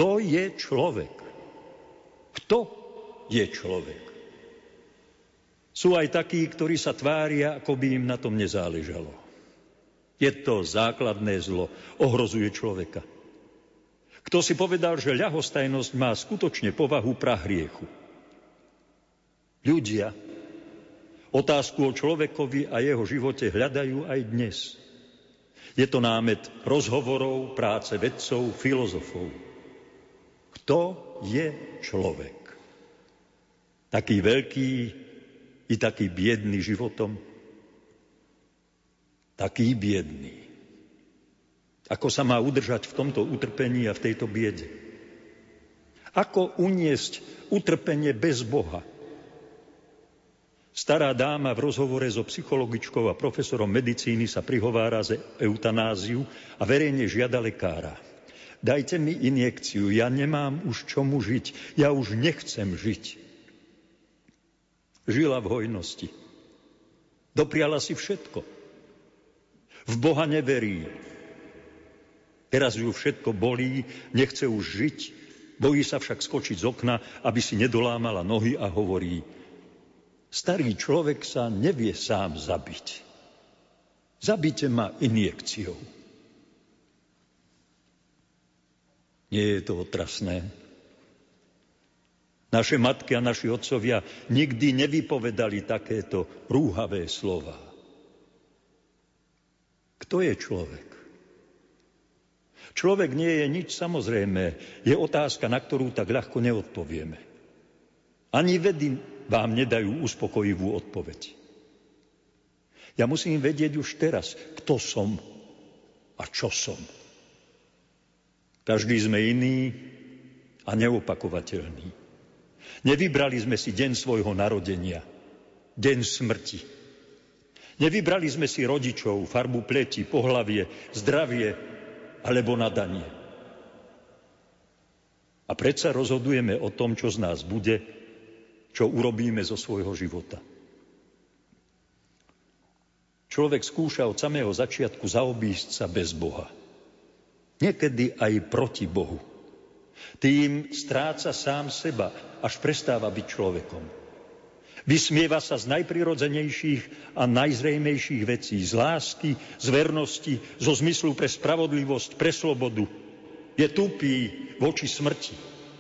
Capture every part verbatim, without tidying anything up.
Kto je človek? Kto je človek? Sú aj takí, ktorí sa tvária, ako by im na tom nezáležalo. Je to základné zlo, ohrozuje človeka. Kto si povedal, že ľahostajnosť má skutočne povahu prahriechu? Ľudia otázku o človekovi a jeho živote hľadajú aj dnes. Je to námet rozhovorov, práce vedcov, filozofov. Kto je človek? Taký veľký i taký biedný životom? Taký biedný. Ako sa má udržať v tomto utrpení a v tejto biede? Ako uniesť utrpenie bez Boha? Stará dáma v rozhovore so psychologičkou a profesorom medicíny sa prihovára za eutanáziu a verejne žiada lekára. Dajte mi injekciu, ja nemám už čomu žiť, ja už nechcem žiť. Žila v hojnosti. Dopriala si všetko. V Boha neverí. Teraz ju všetko bolí, nechce už žiť, bojí sa však skočiť z okna, aby si nedolámala nohy a hovorí: starý človek sa nevie sám zabiť. Zabite ma injekciou. Nie je to otrasné? Naše matky a naši otcovia nikdy nevypovedali takéto rúhavé slová. Kto je človek? Človek nie je nič samozrejmé. Je otázka, na ktorú tak ľahko neodpovieme. Ani vedy vám nedajú uspokojivú odpoveď. Ja musím vedieť už teraz, kto som a čo som. Každý sme iný a neopakovateľný. Nevybrali sme si deň svojho narodenia, deň smrti. Nevybrali sme si rodičov, farbu pleti, pohlavie, zdravie alebo nadanie. A predsa rozhodujeme o tom, čo z nás bude, čo urobíme zo svojho života. Človek skúša od samého začiatku zaobísť sa bez Boha. Niekedy aj proti Bohu. Tým stráca sám seba, až prestáva byť človekom. Vysmieva sa z najprirodzenejších a najzrejmejších vecí, z lásky, z vernosti, zo zmyslu pre spravodlivosť, pre slobodu. Je tupý voči smrti.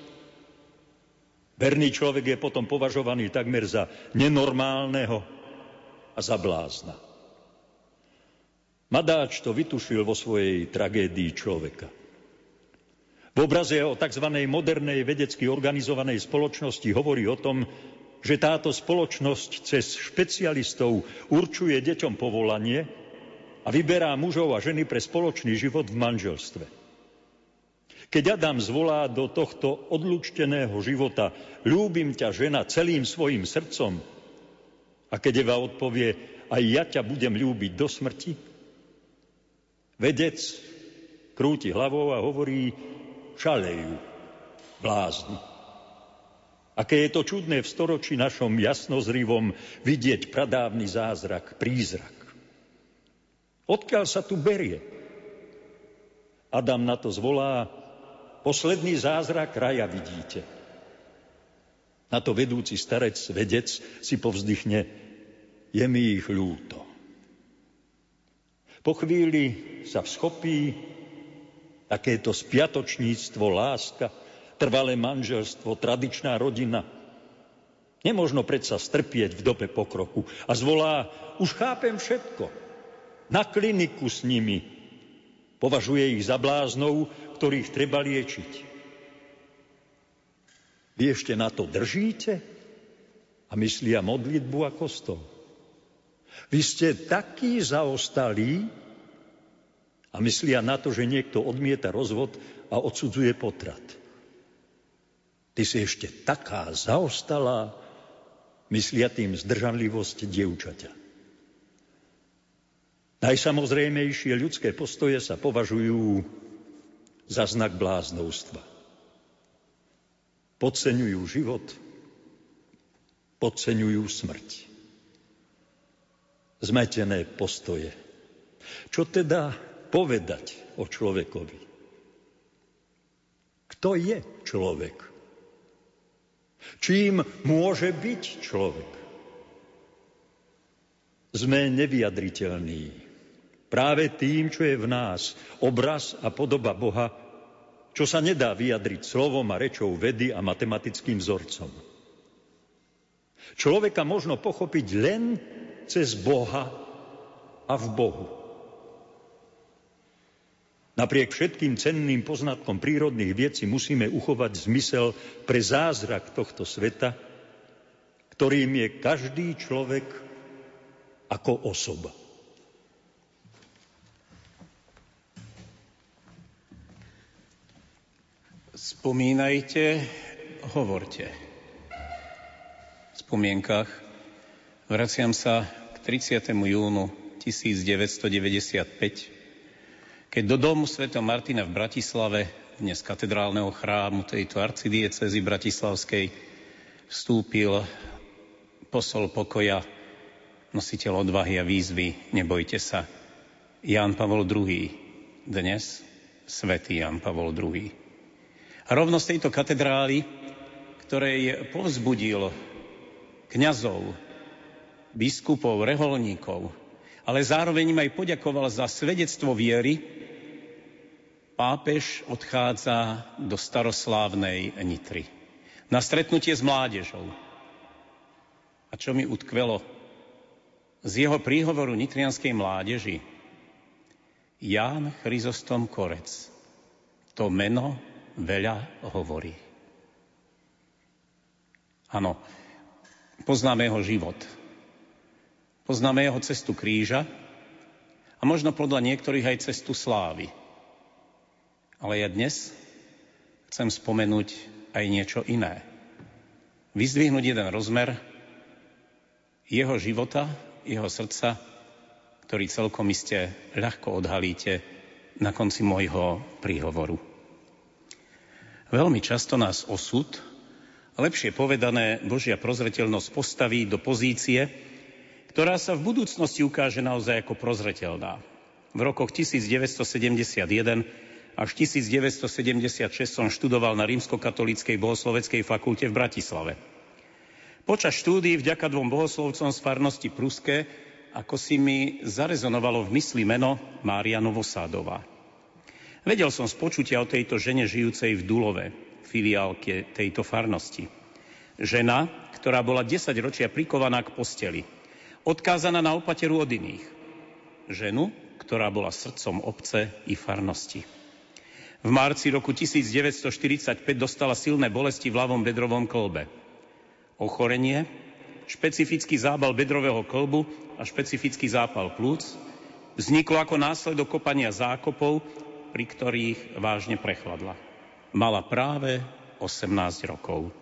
Verný človek je potom považovaný takmer za nenormálneho a za blázna. Madáč to vytušil vo svojej tragédii človeka. V obraze o tzv. Modernej vedecky organizovanej spoločnosti hovorí o tom, že táto spoločnosť cez špecialistov určuje deťom povolanie a vyberá mužov a ženy pre spoločný život v manželstve. Keď Adam zvolá do tohto odlučteného života: ľúbim ťa, žena, celým svojim srdcom, a keď Eva odpovie: aj ja ťa budem ľúbiť do smrti, vedec krúti hlavou a hovorí: šalejú, blázni. Aké je to čudné v storočí našom jasnozrivom vidieť pradávny zázrak, prízrak. Odkiaľ sa tu berie? Adam na to zvolá: posledný zázrak raja vidíte. Na to vedúci starec, vedec, si povzdychne: je mi ich ľúto. Po chvíli sa vschopí takéto spiatočníctvo, láska, trvalé manželstvo, tradičná rodina. Nemožno predsa strpieť v dobe pokroku a zvolá: už chápem všetko. Na kliniku s nimi. Považuje ich za bláznov, ktorých treba liečiť. Vy ešte na to držíte? A myslia modlitbu a kostol. Vy ste takí zaostalí a myslia na to, že niekto odmieta rozvod a odsudzuje potrat. Ty si ešte taká zaostalá, myslia tým zdržanlivosť dievčaťa. Najsamozrejmejšie ľudské postoje sa považujú za znak bláznovstva. Podceňujú život, podceňujú smrť. Zmetené postoje. Čo teda povedať o človekovi? Kto je človek? Čím môže byť človek? Sme nevyjadriteľní. Práve tým, čo je v nás, obraz a podoba Boha, čo sa nedá vyjadriť slovom a rečou vedy a matematickým vzorcom. Človeka možno pochopiť len cez Boha a v Bohu. Napriek všetkým cenným poznatkom prírodných vecí musíme uchovať zmysel pre zázrak tohto sveta, ktorým je každý človek ako osoba. Spomínajte, hovorte. V spomienkach vraciam sa k tridsiatemu júnu tisícdeväťstodeväťdesiatpäť, keď do domu svätého Martina v Bratislave, dnes katedrálneho chrámu tejto arcidiecézy bratislavskej, vstúpil posol pokoja, nositeľ odvahy a výzvy, nebojte sa, Ján Pavol druhý, dnes svätý Ján Pavol druhý. A rovno z tejto katedrály, ktorej povzbudil kňazov, biskupov, reholníkov, ale zároveň im aj poďakoval za svedectvo viery, pápež odchádza do staroslávnej Nitry na stretnutie s mládežou. A čo mi utkvelo z jeho príhovoru nitrianskej mládeži? Ján Chryzostom Korec. To meno veľa hovorí. Áno, poznáme jeho život. Poznáme jeho cestu kríža a možno podľa niektorých aj cestu slávy. Ale ja dnes chcem spomenúť aj niečo iné. Vyzdvihnúť jeden rozmer jeho života, jeho srdca, ktorý celkom iste ľahko odhalíte na konci môjho príhovoru. Veľmi často nás osud, lepšie povedané Božia prozreteľnosť, postaví do pozície, ktorá sa v budúcnosti ukáže naozaj ako prozreteľná. V rokoch tisícdeväťstosedemdesiatjeden až tisícdeväťstosedemdesiatšesť som študoval na Rímskokatolíckej bohosloveckej fakulte v Bratislave. Počas štúdií vďaka dvom bohoslovcom z farnosti Pruské ako si mi zarezonovalo v mysli meno Mária Novosádová. Vedel som z počutia o tejto žene žijúcej v Dulove, filiálke tejto farnosti. Žena, ktorá bola desaťročia prikovaná k posteli, odkázaná na opateru od iných. Ženu, ktorá bola srdcom obce i farnosti. V marci roku tisícdeväťstoštyridsaťpäť dostala silné bolesti v ľavom bedrovom kĺbe. Ochorenie, špecifický zábal bedrového kĺbu a špecifický zápal plúc vzniklo ako následok kopania zákopov, pri ktorých vážne prechladla. Mala práve osemnásť rokov.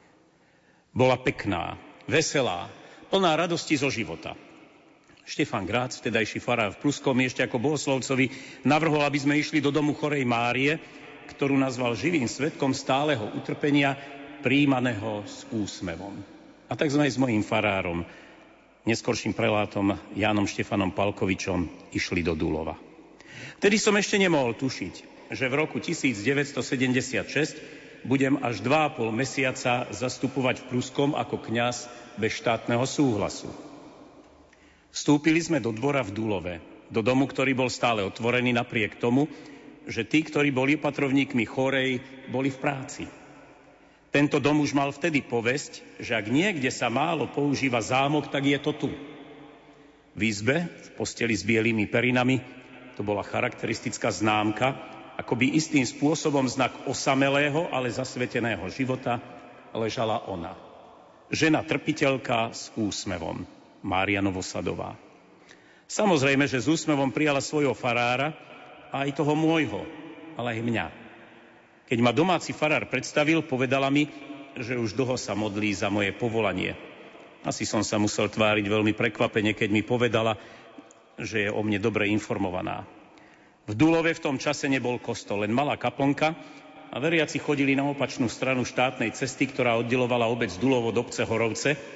Bola pekná, veselá, plná radosti zo života. Štefan Grác, vtedajší farár v Pruskom, ešte ako bohoslovcovi navrhol, aby sme išli do domu chorej Márie, ktorú nazval živým svedkom stáleho utrpenia, prijímaného s úsmevom. A tak sme aj s mojím farárom, neskorším prelátom Jánom Štefanom Palkovičom, išli do Dulova. Vtedy som ešte nemohol tušiť, že v roku tisícdeväťstosedemdesiatšesť budem až dva a pol mesiaca zastupovať v Pruskom ako kňaz bez štátneho súhlasu. Vstúpili sme do dvora v Dulove, do domu, ktorý bol stále otvorený napriek tomu, že tí, ktorí boli opatrovníkmi chorej, boli v práci. Tento dom už mal vtedy povesť, že ak niekde sa málo používa zámok, tak je to tu. V izbe, v posteli s bielými perinami, to bola charakteristická známka, akoby istým spôsobom znak osamelého, ale zasveteného života, ležala ona. Žena trpiteľka s úsmevom. Mária Novosadová. Samozrejme, že s úsmevom prijala svojho farára a aj toho môjho, ale aj mňa. Keď ma domáci farár predstavil, povedala mi, že už dlho sa modlí za moje povolanie. Asi som sa musel tváriť veľmi prekvapene, keď mi povedala, že je o mne dobre informovaná. V Dulove v tom čase nebol kostol, len malá kaplnka a veriaci chodili na opačnú stranu štátnej cesty, ktorá oddelovala obec Dulovo od obce Horovce,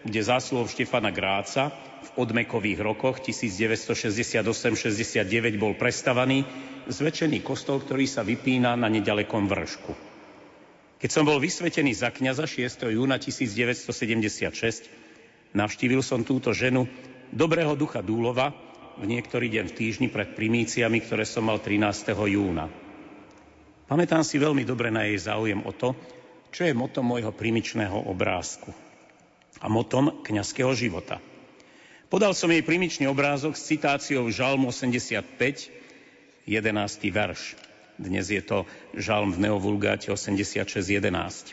kde zásluhou Štefana Gráca v odmekových rokoch tisícdeväťstošesťdesiatosem šesťdesiatdeväť bol prestavaný zväčšený kostol, ktorý sa vypína na nedalekom vršku. Keď som bol vysvetený za kňaza šiesteho júna tisícdeväťstosedemdesiatšesť, navštívil som túto ženu dobrého ducha Dúlova v niektorý deň v týždni pred primíciami, ktoré som mal trinásteho júna. Pamätám si veľmi dobre na jej záujem o to, čo je motom môjho primičného obrázku a motom kňazského života. Podal som jej primičný obrázok s citáciou Žalmu osemdesiatpäť, jedenásty verš. Dnes je to Žalm v neovulgáte osemdesiatšesť jedenásť.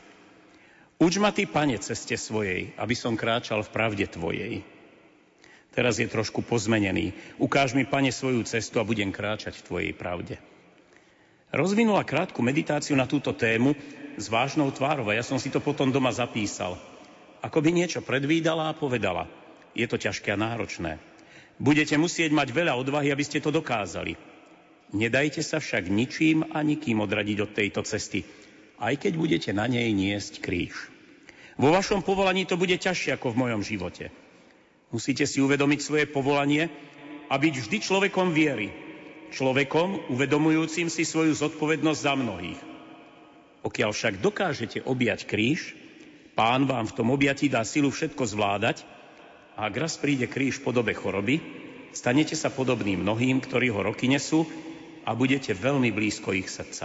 Uč ma ty, Pane, ceste svojej, aby som kráčal v pravde tvojej. Teraz je trošku pozmenený. Ukáž mi, Pane, svoju cestu a budem kráčať v tvojej pravde. Rozvinula krátku meditáciu na túto tému s vážnou tvárou a ja som si to potom doma zapísal. Ako by niečo predvídala a povedala. Je to ťažké a náročné. Budete musieť mať veľa odvahy, aby ste to dokázali. Nedajte sa však ničím a nikým odradiť od tejto cesty, aj keď budete na nej niesť kríž. Vo vašom povolaní to bude ťažšie ako v mojom živote. Musíte si uvedomiť svoje povolanie a byť vždy človekom viery. Človekom, uvedomujúcim si svoju zodpovednosť za mnohých. Pokiaľ však dokážete objať kríž, Pán vám v tom objatí dá silu všetko zvládať a ak raz príde kríž v podobe choroby, stanete sa podobným mnohým, ktorí ho roky nesú a budete veľmi blízko ich srdca.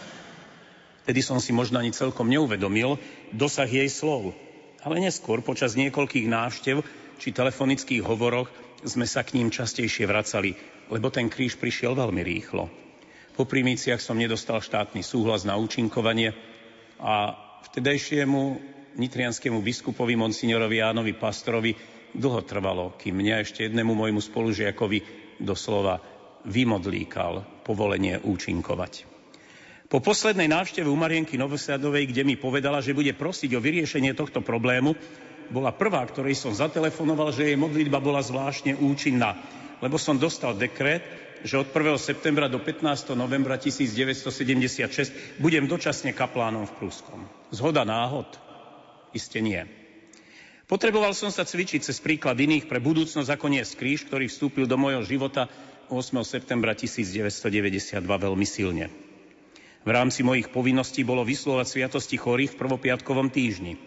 Vtedy som si možno ani celkom neuvedomil dosah jej slov, ale neskôr počas niekoľkých návštev či telefonických hovoroch sme sa k ním častejšie vracali, lebo ten kríž prišiel veľmi rýchlo. Po primíciach som nedostal štátny súhlas na účinkovanie a vtedajšiemu nitrianskému biskupovi monsignorovi Jánovi Pastorovi dlho trvalo, kým mňa ešte jednému môjmu spolužiakovi doslova vymodlíkal povolenie účinkovať. Po poslednej návšteve u Marienky Novosadovej, kde mi povedala, že bude prosiť o vyriešenie tohto problému, bola prvá, ktorej som zatelefonoval, že jej modlitba bola zvláštne účinná, lebo som dostal dekret, že od prvého septembra do pätnásteho novembra tisícdeväťstosedemdesiatšesť budem dočasne kaplánom v Pruskom. Zhoda náhod? Iste nie. Potreboval som sa cvičiť cez príklad iných pre budúcnosť ako niesť kríž, ktorý vstúpil do môjho života ôsmeho septembra tisícdeväťstodeväťdesiatdva veľmi silne. V rámci mojich povinností bolo vyslovať sviatosti chorých v prvopiatkovom týždni.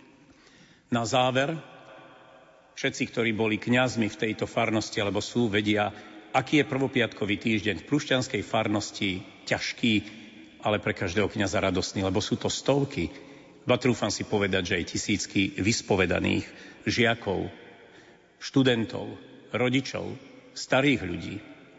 Na záver, všetci, ktorí boli kňazmi v tejto farnosti alebo sú, vedia, aký je prvopiatkový týždeň v prušťanskej farnosti ťažký, ale pre každého kňaza radostný, lebo sú to stovky, ba trúfam si povedať, že aj tisícky vyspovedaných žiakov, študentov, rodičov, starých ľudí.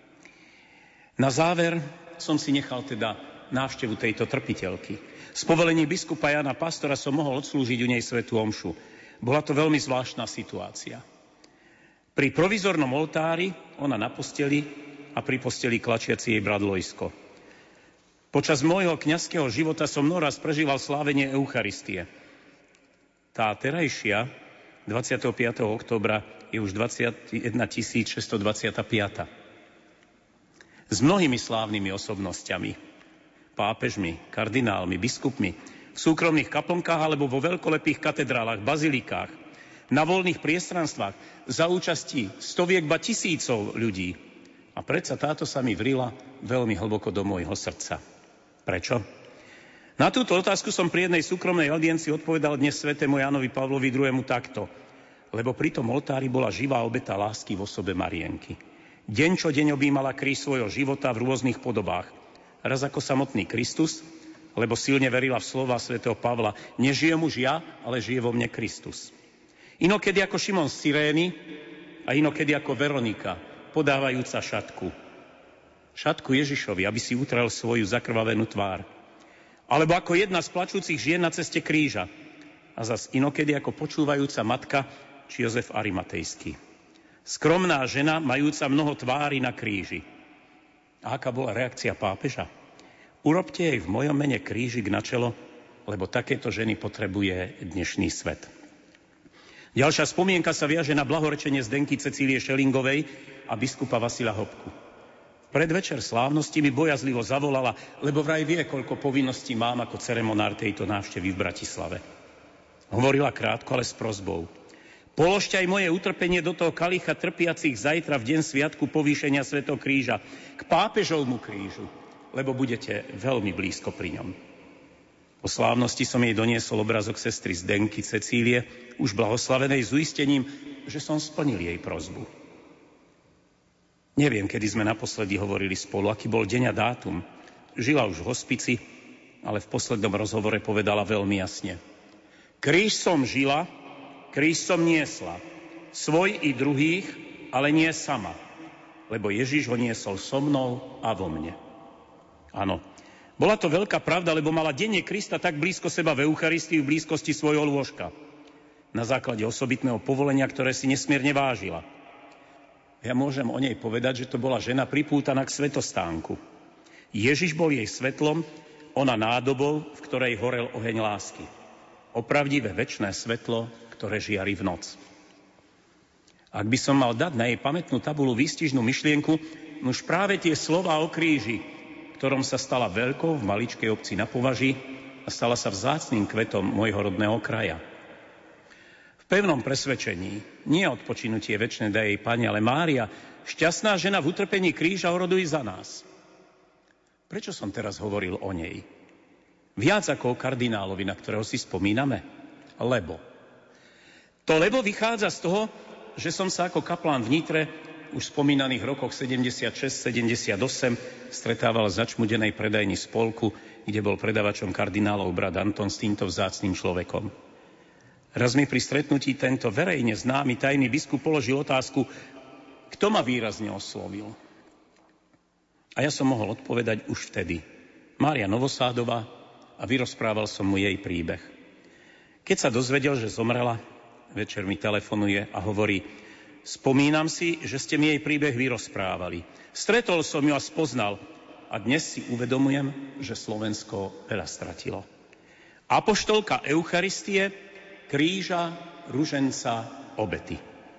Na záver som si nechal teda návštevu tejto trpiteľky. Z povelení biskupa Jana Pastora som mohol odslúžiť u nej svätú omšu. Bola to veľmi zvláštna situácia. Pri provizornom oltári, ona na posteli a pri posteli klačiaci jej brat Lojsko. Počas môjho kňazského života som mnohoraz prežíval slávenie Eucharistie. Tá terajšia, dvadsiateho piateho októbra, je už dvadsaťjeden tisíc šesťstodvadsaťpäť. S mnohými slávnymi osobnosťami, pápežmi, kardinálmi, biskupmi, v súkromných kaplnkách alebo vo veľkolepých katedrálach, bazilikách, na voľných priestranstvách, za účasti stoviek ba tisícov ľudí. A predsa táto sa mi vrila veľmi hlboko do môjho srdca. Prečo? Na túto otázku som pri jednej súkromnej audiencii odpovedal dnes svätému Jánovi Pavlovi druhému takto. Lebo pri tom oltári bola živá obeta lásky v osobe Marienky. Deň čo deň objímala kríž svojho života v rôznych podobách. Raz ako samotný Kristus, lebo silne verila v slova svätého Pavla. Nežijem už ja, ale žije vo mne Kristus. Inokedy ako Šimon z Cyrény a inokedy ako Veronika, podávajúca šatku. Šatku Ježišovi, aby si utrel svoju zakrvavenú tvár. Alebo ako jedna z plačúcich žien na ceste kríža. A zas inokedy ako počúvajúca matka či Jozef Arimatejský. Skromná žena, majúca mnoho tvári na kríži. A aká bola reakcia pápeža? Urobte jej v mojom mene krížik na čelo, lebo takéto ženy potrebuje dnešný svet. Ďalšia spomienka sa viaže na blahorečenie Zdenky Cecílie Šelingovej a biskupa Vasila Hopku. Predvečer slávnosti mi bojazlivo zavolala, lebo vraj vie, koľko povinností mám ako ceremonár tejto návštevy v Bratislave. Hovorila krátko, ale s prosbou. Položte aj moje utrpenie do toho kalicha trpiacich zajtra v deň sviatku povýšenia Svätého kríža k pápežovmu krížu, lebo budete veľmi blízko pri ňom. Po slávnosti som jej doniesol obrazok sestry Zdenky Cecílie, už blahoslavenej, s uistením, že som splnil jej prosbu. Neviem, kedy sme naposledy hovorili spolu, aký bol deň a dátum. Žila už v hospici, ale v poslednom rozhovore povedala veľmi jasne. Kríž som žila, kríž som niesla, svoj i druhých, ale nie sama, lebo Ježiš ho niesol so mnou a vo mne. Áno, bola to veľká pravda, lebo mala denne Krista tak blízko seba v Eucharistii, v blízkosti svojho lôžka. Na základe osobitného povolenia, ktoré si nesmierne vážila. Ja môžem o nej povedať, že to bola žena pripútaná k svätostánku. Ježiš bol jej svetlom, ona nádobou, v ktorej horel oheň lásky. Opravdivé večné svetlo, ktoré žiari v noc. Ak by som mal dať na jej pamätnú tabulu výstižnú myšlienku, už práve tie slová o kríži, ktorom sa stala veľkou v maličkej obci na Považi a stala sa vzácnym kvetom môjho rodného kraja. V pevnom presvedčení, nie odpočinutie večné dá jej Pani, ale Mária, šťastná žena v utrpení kríža, oroduj za nás. Prečo som teraz hovoril o nej? Viac ako o kardinálovi, na ktorého si spomíname? Lebo. To lebo vychádza z toho, že som sa ako kaplán v Nitre už v spomínaných rokoch sedemdesiatšesť sedemdesiatosem stretával v začmudenej predajni Spolku, kde bol predavačom kardinálov brat Anton s týmto vzácnym človekom. Raz mi pri stretnutí tento verejne známy tajný biskup položil otázku, kto ma výrazne oslovil. A ja som mohol odpovedať už vtedy. Mária Novosádová, a vyrozprával som mu jej príbeh. Keď sa dozvedel, že zomrela, večer mi telefonuje a hovorí, spomínam si, že ste mi jej príbeh vyrozprávali. Stretol som ju a spoznal a dnes si uvedomujem, že Slovensko veľa stratilo. Apoštolka Eucharistie, kríža, ruženca, obety.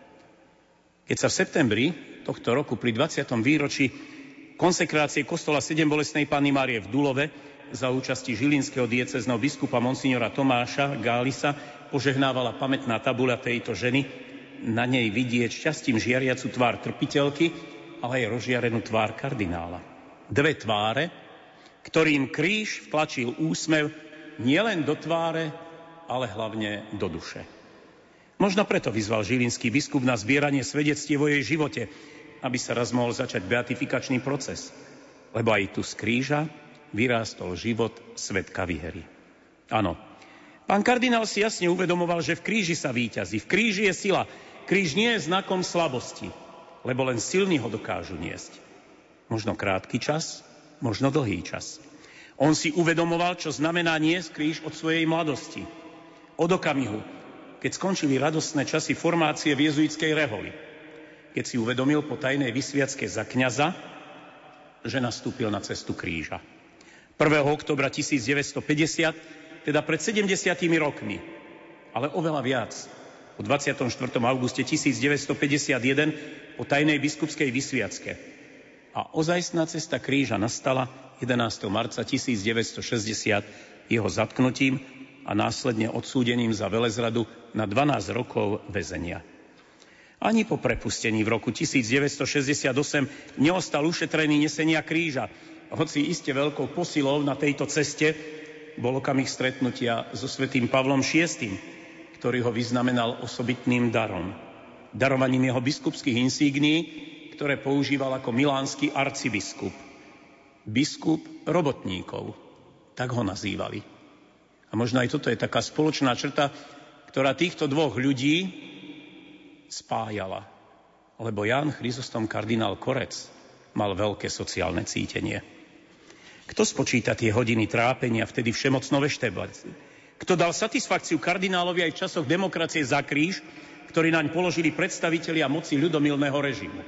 Keď sa v septembri tohto roku pri dvadsiatom výročí konsekrácie kostola Sedembolestnej Panny Márie v Dulove za účasti žilinského diecézneho biskupa monsignora Tomáša Gálisa požehnávala pamätná tabuľa tejto ženy, na nej vidieť šťastím žiariacu tvár trpiteľky, ale aj rozžiarenú tvár kardinála. Dve tváre, ktorým kríž vtlačil úsmev nielen do tváre, ale hlavne do duše. Možno preto vyzval žilinský biskup na zbieranie svedectiev o jej živote, aby sa raz mohol začať beatifikačný proces, lebo aj tu z kríža vyrástol život svedka výhery. Áno, pán kardinál si jasne uvedomoval, že v kríži sa víťazí, v kríži je sila. Kríž nie je znakom slabosti, lebo len silní ho dokážu niesť. Možno krátky čas, možno dlhý čas. On si uvedomoval, čo znamená niesť kríž od svojej mladosti. Od okamihu, keď skončili radostné časy formácie v jezuitskej reholi. Keď si uvedomil po tajnej vysviacke za kňaza, že nastúpil na cestu kríža. prvého októbra tisícdeväťstopäťdesiat, teda pred sedemdesiatimi rokmi, ale oveľa viac, po dvadsiatom štvrtom auguste tisícdeväťstopäťdesiatjeden po tajnej biskupskej vysviacke. A ozajstná cesta kríža nastala jedenásteho marca tisícdeväťstošesťdesiat jeho zatknutím a následne odsúdením za velezradu na dvanásť rokov väzenia. Ani po prepustení v roku tisícdeväťstošesťdesiatosem neostal ušetrený nesenia kríža, hoci iste veľkou posilou na tejto ceste bol okamih stretnutia so svätým Pavlom šiestym, ktorý ho vyznamenal osobitným darom. Darovaním jeho biskupských insígnií, ktoré používal ako milánsky arcibiskup. Biskup robotníkov, tak ho nazývali. A možno aj toto je taká spoločná črta, ktorá týchto dvoch ľudí spájala. Lebo Ján Chryzostom kardinál Korec mal veľké sociálne cítenie. Kto spočíta tie hodiny trápenia vtedy všemocno veštebať? Kto dal satisfakciu kardinálovi aj v časoch demokracie za kríž, ktorý naň položili predstavitelia moci ľudomilného režimu?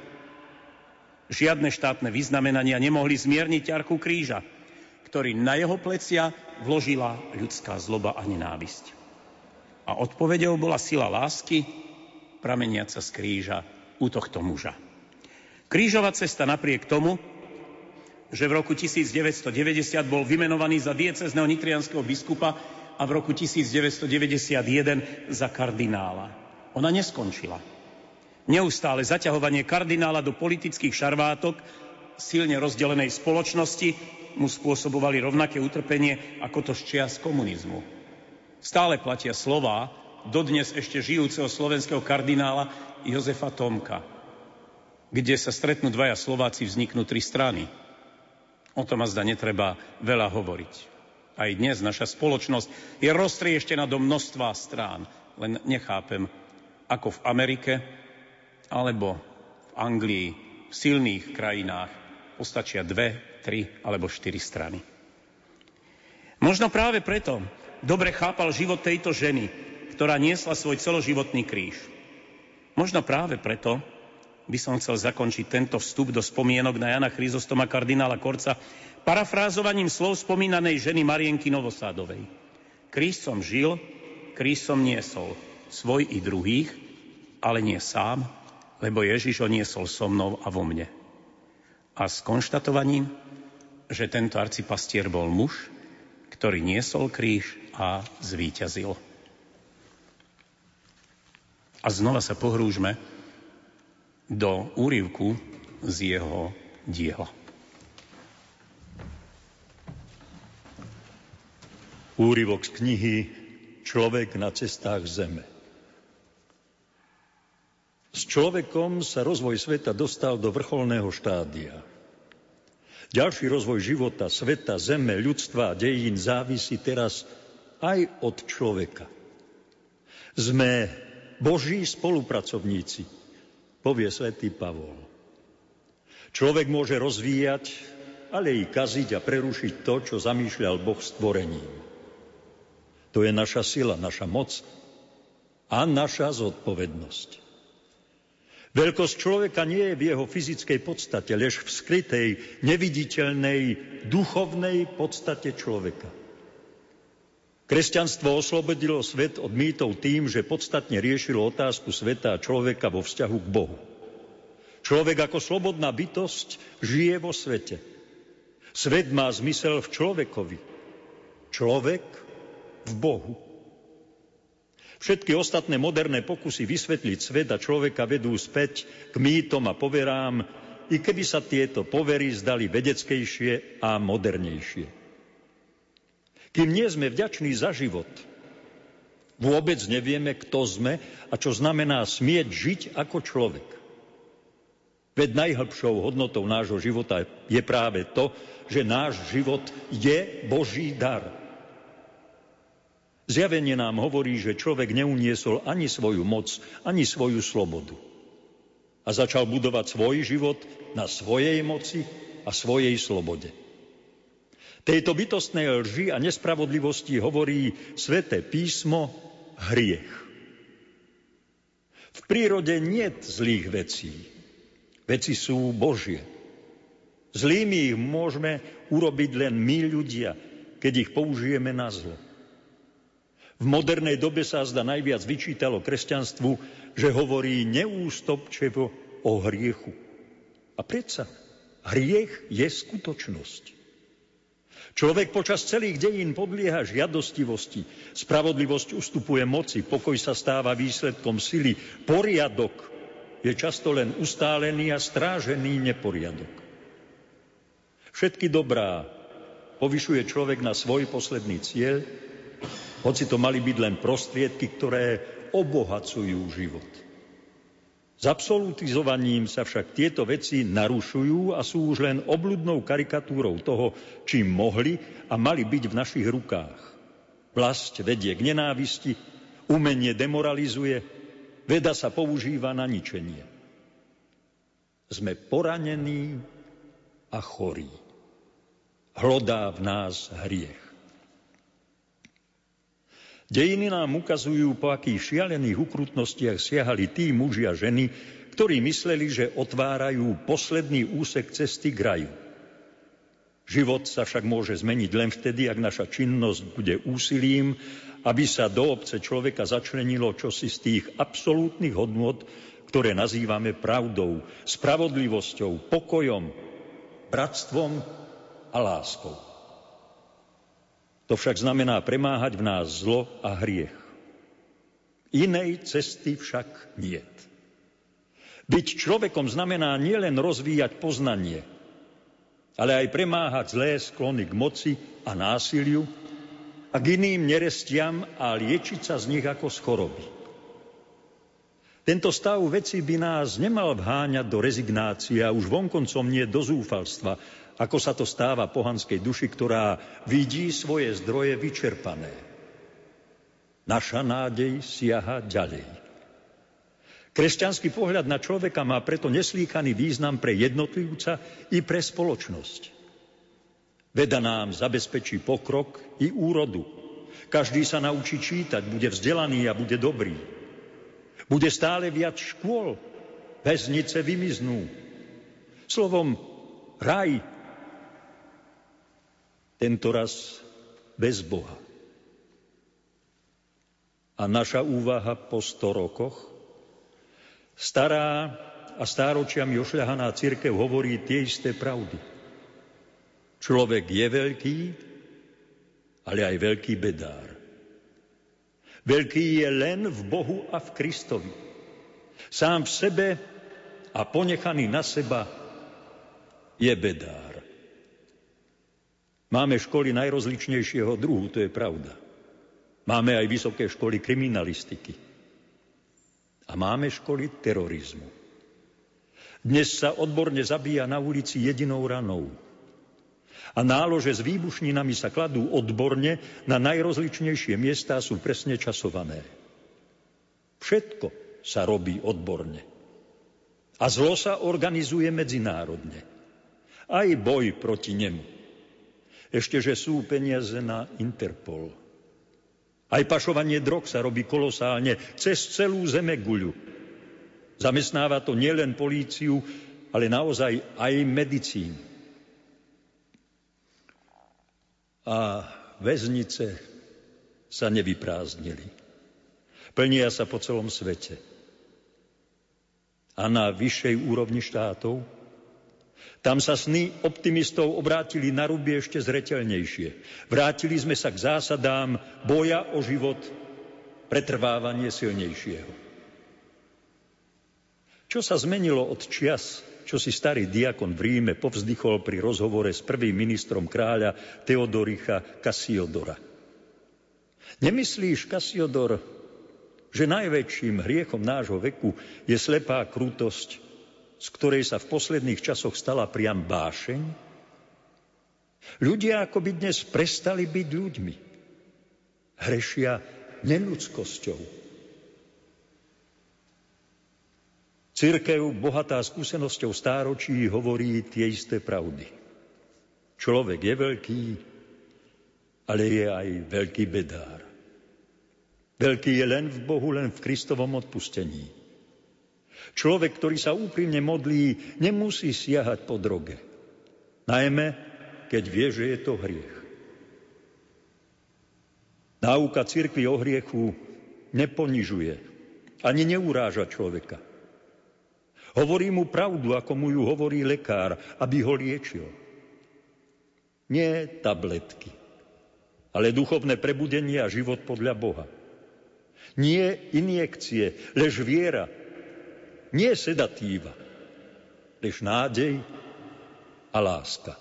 Žiadne štátne vyznamenania nemohli zmierniť ťarchu kríža, ktorý na jeho plecia vložila ľudská zloba a nenávisť. A odpoveďou bola sila lásky, prameniaca z kríža u tohto muža. Krížová cesta napriek tomu, že v roku tisícdeväťstodeväťdesiat bol vymenovaný za diecézneho nitrianskeho biskupa a v roku tisícdeväťstodeväťdesiatjeden za kardinála. Ona neskončila. Neustále zaťahovanie kardinála do politických šarvátok silne rozdelenej spoločnosti mu spôsobovali rovnaké utrpenie ako to z čias komunizmu. Stále platia slová dodnes ešte žijúceho slovenského kardinála Jozefa Tomka. Kde sa stretnú dvaja Slováci, vzniknú tri strany. O tom azda netreba veľa hovoriť. Aj dnes naša spoločnosť je roztrieštená do množstva strán. Len nechápem, ako v Amerike alebo v Anglii, v silných krajinách postačia dve, tri alebo štyri strany. Možno práve preto dobre chápal život tejto ženy, ktorá niesla svoj celoživotný kríž. Možno práve preto by som chcel zakončiť tento vstup do spomienok na Jana Chryzostoma kardinála Korca parafrázovaním slov spomínanej ženy Marienky Novosádovej. Kríž som žil, kríž som niesol, svoj i druhých, ale nie sám, lebo Ježiš ho niesol so mnou a vo mne. A s konštatovaním, že tento arcipastier bol muž, ktorý niesol kríž a zvíťazil. A znova sa pohrúžme do úryvku z jeho diela. Úryvok z knihy Človek na cestách zeme. S človekom sa rozvoj sveta dostal do vrcholného štádia. Ďalší rozvoj života, sveta, zeme, ľudstva a dejín závisí teraz aj od človeka. Sme Boží spolupracovníci, povie svätý Pavol. Človek môže rozvíjať, ale i kaziť a prerušiť to, čo zamýšľal Boh stvorením. To je naša sila, naša moc a naša zodpovednosť. Veľkosť človeka nie je v jeho fyzickej podstate, lež v skrytej, neviditeľnej, duchovnej podstate človeka. Kresťanstvo oslobodilo svet od mýtov tým, že podstatne riešilo otázku sveta a človeka vo vzťahu k Bohu. Človek ako slobodná bytosť žije vo svete. Svet má zmysel v človekovi. Človek v Bohu. Všetky ostatné moderné pokusy vysvetliť svet a človeka vedú späť k mýtom a poverám, i keby sa tieto povery zdali vedeckejšie a modernejšie. Kým nie sme vďační za život, vôbec nevieme, kto sme a čo znamená smieť žiť ako človek. Veď najhlbšou hodnotou nášho života je práve to, že náš život je Boží dar. Zjavenie nám hovorí, že človek neuniesol ani svoju moc, ani svoju slobodu. A začal budovať svoj život na svojej moci a svojej slobode. Tejto bytostnej lži a nespravodlivosti hovorí Sväté písmo hriech. V prírode niet zlých vecí. Veci sú Božie. Zlými ich môžeme urobiť len my ľudia, keď ich použijeme na zlo. V modernej dobe sa zdá najviac vyčítalo kresťanstvu, že hovorí neústupčivo o hriechu. A predsa, hriech je skutočnosť. Človek počas celých dejín podlieha žiadostivosti. Spravodlivosť ustupuje moci, pokoj sa stáva výsledkom sily. Poriadok je často len ustálený a strážený neporiadok. Všetky dobrá povyšuje človek na svoj posledný cieľ, hoci to mali byť len prostriedky, ktoré obohacujú život. S absolutizovaním sa však tieto veci narušujú a sú už len obľudnou karikatúrou toho, čím mohli a mali byť v našich rukách. Vlasť vedie k nenávisti, umenie demoralizuje, veda sa používa na ničenie. Sme poranení a chorí. Hlodá v nás hriech. Dejiny nám ukazujú, po akých šialených ukrutnostiach siahali tí muži a ženy, ktorí mysleli, že otvárajú posledný úsek cesty k raju. Život sa však môže zmeniť len vtedy, ak naša činnosť bude úsilím, aby sa do obce človeka začlenilo čosi z tých absolútnych hodnôt, ktoré nazývame pravdou, spravodlivosťou, pokojom, bratstvom a láskou. To však znamená premáhať v nás zlo a hriech. Inej cesty však niet. Byť človekom znamená nielen rozvíjať poznanie, ale aj premáhať zlé sklony k moci a násiliu a k iným nerestiam a liečiť sa z nich ako z choroby. Tento stav veci by nás nemal vháňať do rezignácie a už vonkoncom nie do zúfalstva, ako sa to stáva pohanskej duši, ktorá vidí svoje zdroje vyčerpané. Naša nádej siaha ďalej. Kresťanský pohľad na človeka má preto neslýchaný význam pre jednotlivca i pre spoločnosť. Veda nám zabezpečí pokrok i úrodu. Každý sa naučí čítať, bude vzdelaný a bude dobrý. Bude stále viac škôl, väznice vymiznú. Slovom raj, tentoraz bez Boha. A naša úvaha po sto rokoch? Stará a stáročiami ošľahaná cirkev hovorí tie isté pravdy. Človek je veľký, ale aj veľký bedár. Veľký je len v Bohu a v Kristovi. Sám v sebe a ponechaný na seba je bedár. Máme školy najrozličnejšieho druhu, to je pravda. Máme aj vysoké školy kriminalistiky. A máme školy terorizmu. Dnes sa odborne zabíja na ulici jedinou ranou. A nálože s výbušninami sa kladú odborne na najrozličnejšie miestá, sú presne časované. Všetko sa robí odborne. A zlo sa organizuje medzinárodne. Aj boj proti nemu. Ešte, že sú peniaze na Interpol. Aj pašovanie drog sa robí kolosálne cez celú zemeguľu. Zamestnáva to nielen políciu, ale naozaj aj medicínu. A väznice sa nevyprázdnili. Plnia sa po celom svete. A na vyššej úrovni štátov? Tam sa sny optimistov obrátili na ruby ešte zreteľnejšie. Vrátili sme sa k zásadám boja o život, pretrvávanie silnejšieho. Čo sa zmenilo od čias, čo si starý diakon v Ríme povzdychol pri rozhovore s prvým ministrom kráľa Teodoricha Kasiodora? Nemyslíš, Kasiodor, že najväčším hriechom nášho veku je slepá krutosť, z ktorej sa v posledných časoch stala priam bášeň? Ľudia akoby dnes prestali byť ľuďmi. Hrešia neľudskosťou. Cirkev, bohatá skúsenosťou stáročí, hovorí tie isté pravdy. Človek je veľký, ale je aj veľký bedár. Veľký je len v Bohu, len v Kristovom odpustení. Človek, ktorý sa úprimne modlí, nemusí siahať po droge. Najmä, keď vie, že je to hriech. Náuka cirkvi o hriechu neponižuje, ani neuráža človeka. Hovorí mu pravdu, ako mu ju hovorí lekár, aby ho liečil. Nie tabletky, ale duchovné prebudenie a život podľa Boha. Nie injekcie, lež viera. Nie sedatíva, lež nádej a láska.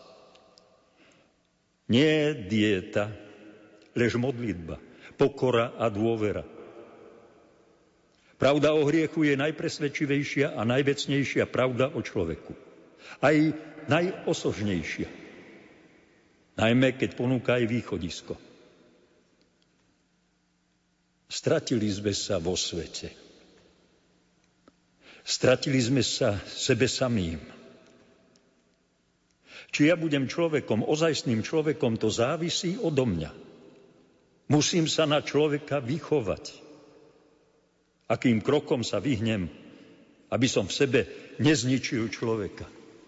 Nie dieta, lež modlitba, pokora a dôvera. Pravda o hriechu je najpresvedčivejšia a najvecnejšia pravda o človeku. Aj najosožnejšia. Najmä, keď ponúka aj východisko. Stratili sme sa vo svete. Stratili sme sa sebe samým. Či ja budem človekom, ozajstným človekom, to závisí odo mňa. Musím sa na človeka vychovať. Akým krokom sa vyhnem, aby som v sebe nezničil človeka.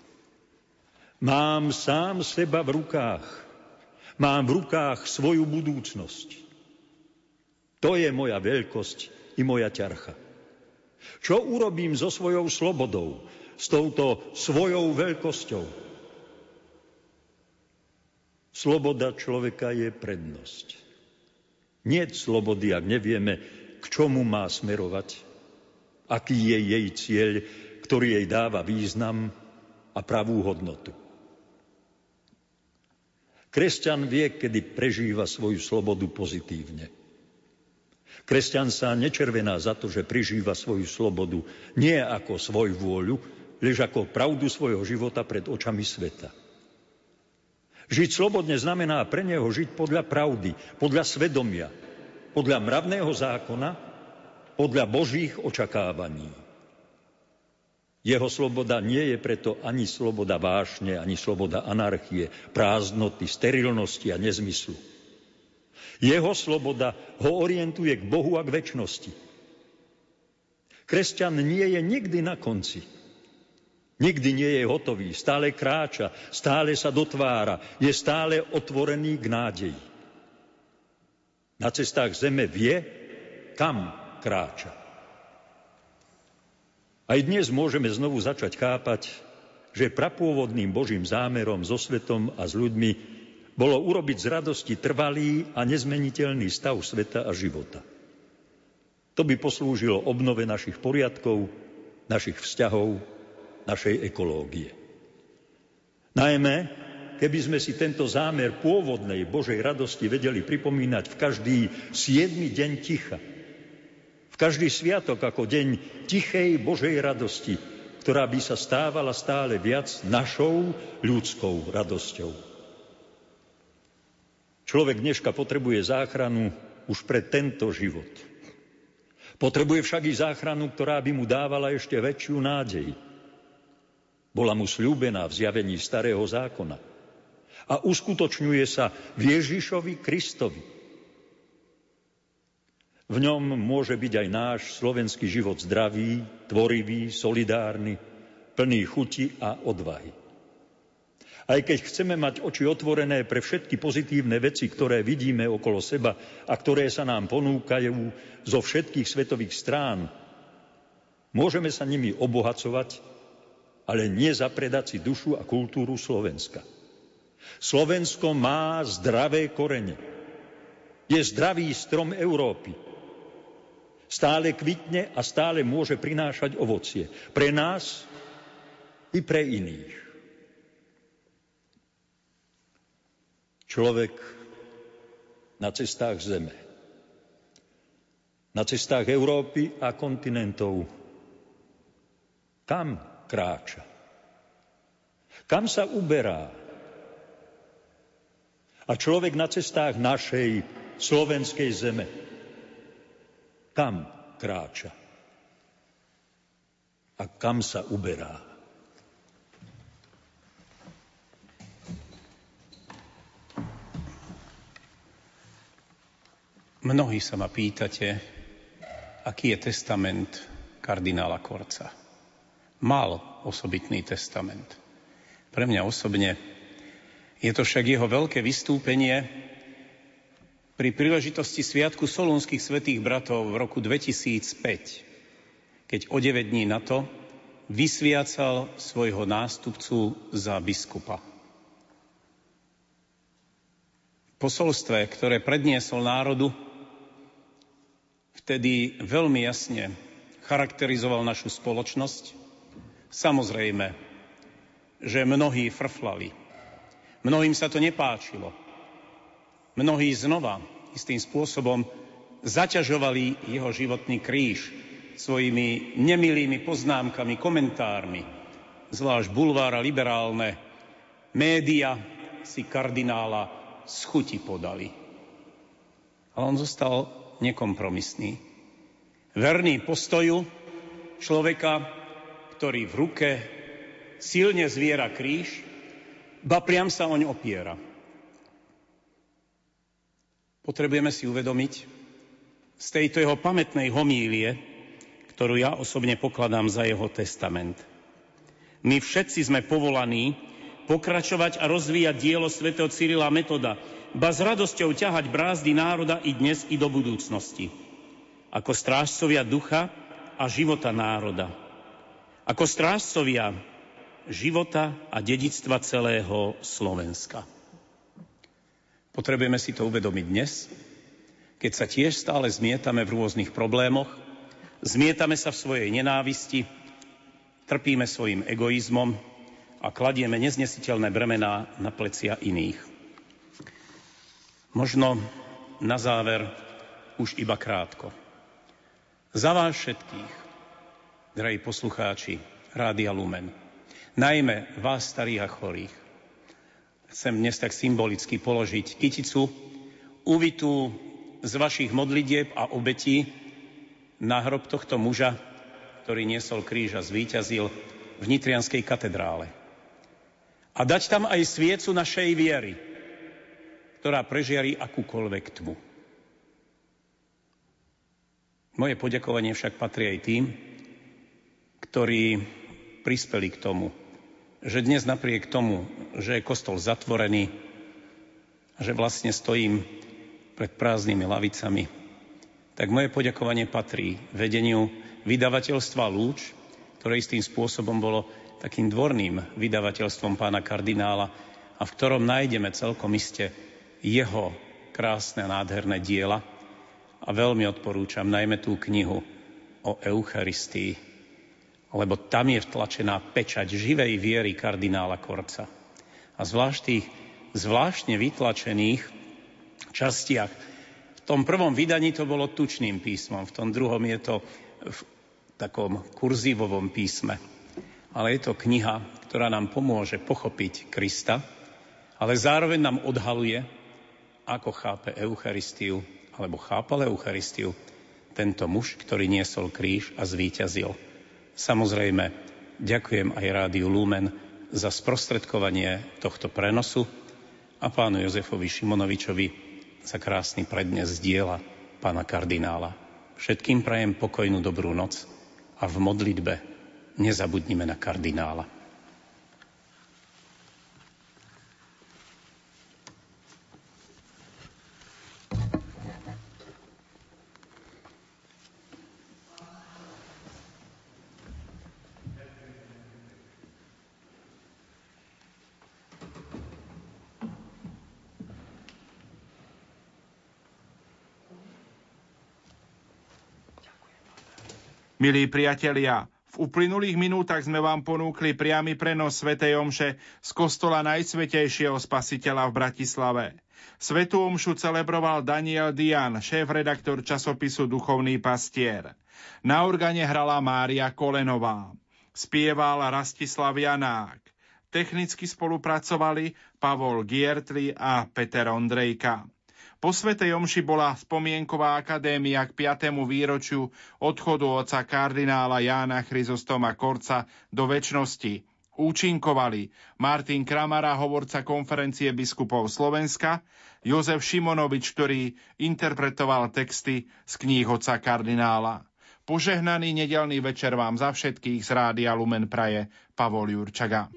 Mám sám seba v rukách. Mám v rukách svoju budúcnosť. To je moja veľkosť i moja ťarcha. Čo urobím so svojou slobodou, s touto svojou veľkosťou? Sloboda človeka je prednosť. Niet slobody, ak nevieme, k čomu má smerovať, aký je jej cieľ, ktorý jej dáva význam a pravú hodnotu. Kresťan vie, kedy prežíva svoju slobodu pozitívne. Kresťan sa nečervená za to, že prežíva svoju slobodu nie ako svoju vôľu, lež ako pravdu svojho života pred očami sveta. Žiť slobodne znamená pre neho žiť podľa pravdy, podľa svedomia, podľa mravného zákona, podľa Božích očakávaní. Jeho sloboda nie je preto ani sloboda vášne, ani sloboda anarchie, prázdnoty, sterilnosti a nezmyslu. Jeho sloboda ho orientuje k Bohu a k večnosti. Kresťan nie je nikdy na konci. Nikdy nie je hotový, stále kráča, stále sa dotvára, je stále otvorený k nádeji. Na cestách zeme vie, kam kráča. Aj dnes môžeme znovu začať chápať, že prapôvodným Božím zámerom so svetom a s ľuďmi bolo urobiť z radosti trvalý a nezmeniteľný stav sveta a života. To by poslúžilo obnove našich poriadkov, našich vzťahov, našej ekológie. Najmä, keby sme si tento zámer pôvodnej Božej radosti vedeli pripomínať v každý siedmy deň ticha, v každý sviatok ako deň tichej Božej radosti, ktorá by sa stávala stále viac našou ľudskou radosťou. Človek dneška potrebuje záchranu už pre tento život. Potrebuje však i záchranu, ktorá by mu dávala ešte väčšiu nádej. Bola mu sľúbená v zjavení starého zákona a uskutočňuje sa v Ježišovi Kristovi. V ňom môže byť aj náš slovenský život zdravý, tvorivý, solidárny, plný chuti a odvahy. Aj keď chceme mať oči otvorené pre všetky pozitívne veci, ktoré vidíme okolo seba a ktoré sa nám ponúkajú zo všetkých svetových strán, môžeme sa nimi obohacovať, ale nie zapredať si dušu a kultúru Slovenska. Slovensko má zdravé korene. Je zdravý strom Európy. Stále kvitne a stále môže prinášať ovocie. Pre nás i pre iných. Človek na cestách zeme, na cestách Európy a kontinentov. Kam kráča? Kam sa uberá? A človek na cestách našej slovenskej zeme. Kam kráča? A kam sa uberá? Mnohí sa ma pýtate, aký je testament kardinála Korca. Mal osobitný testament. Pre mňa osobne je to však jeho veľké vystúpenie pri príležitosti Sviatku Solúnskych svätých bratov v roku dvetisícpäť, keď o deväť dní na to vysviacal svojho nástupcu za biskupa. Posolstve, ktoré predniesol národu, vtedy veľmi jasne charakterizoval našu spoločnosť. Samozrejme, že mnohí frflali. Mnohým sa to nepáčilo. Mnohí znova istým spôsobom zaťažovali jeho životný kríž svojimi nemilými poznámkami, komentármi. Zvlášť bulvár a liberálne média si kardinála z chuti podali. Ale on zostal nekompromisný. Verný postoju človeka, ktorý v ruke silne zviera kríž, ba priam sa oň opiera. Potrebujeme si uvedomiť z tejto jeho pamätnej homílie, ktorú ja osobne pokladám za jeho testament. My všetci sme povolaní pokračovať a rozvíjať dielo svätého Cyrila a Metoda, ba s radosťou ťahať brázdy národa i dnes, i do budúcnosti. Ako strážcovia ducha a života národa. Ako strážcovia života a dedičstva celého Slovenska. Potrebujeme si to uvedomiť dnes, keď sa tiež stále zmietame v rôznych problémoch, zmietame sa v svojej nenávisti, trpíme svojim egoizmom a kladieme neznesiteľné bremená na plecia iných. Možno na záver už iba krátko. Za vás všetkých, drahí poslucháči Rádia Lumen, najmä vás starých a chorých, chcem dnes tak symbolicky položiť kyticu uvitú z vašich modlitieb a obetí na hrob tohto muža, ktorý niesol kríž a zvíťazil v Nitrianskej katedrále. A dať tam aj sviecu našej viery, ktorá prežiari akúkoľvek tmu. Moje poďakovanie však patrí aj tým, ktorí prispeli k tomu, že dnes napriek tomu, že je kostol zatvorený, že vlastne stojím pred prázdnymi lavicami, tak moje poďakovanie patrí vedeniu vydavateľstva Lúč, ktoré istým spôsobom bolo takým dvorným vydavateľstvom pána kardinála a v ktorom nájdeme celkom iste jeho krásne, nádherné diela. A veľmi odporúčam najmä tú knihu o Eucharistii, lebo tam je vtlačená pečať živej viery kardinála Korca. A zvlášť tých zvláštne vytlačených častiach. V tom prvom vydaní to bolo tučným písmom, v tom druhom je to v takom kurzívovom písme. Ale je to kniha, ktorá nám pomôže pochopiť Krista, ale zároveň nám odhaluje, ako chápe Eucharistiu, alebo chápal Eucharistiu tento muž, ktorý niesol kríž a zvíťazil. Samozrejme, ďakujem aj Rádiu Lumen za sprostredkovanie tohto prenosu a pánu Jozefovi Šimonovičovi za krásny prednes diela pána kardinála. Všetkým prajem pokojnú dobrú noc a v modlitbe nezabudnime na kardinála. Milí priatelia, v uplynulých minútach sme vám ponúkli priamy prenos svätej omše z kostola Najsvätejšieho Spasiteľa v Bratislave. Svätú omšu celebroval Daniel Dian, šéf-redaktor časopisu Duchovný pastier. Na organe hrala Mária Kolenová. Spieval Rastislav Janák. Technicky spolupracovali Pavol Giertli a Peter Ondrejka. Po svätej omši bola spomienková akadémia k piatému výročiu odchodu otca kardinála Jána Chryzostoma Korca do večnosti. Účinkovali Martin Kramara, hovorca konferencie biskupov Slovenska, Jozef Šimonovič, ktorý interpretoval texty z kníh otca kardinála. Požehnaný nedeľný večer vám za všetkých z Rádia Lumen praje Pavol Jurčaga.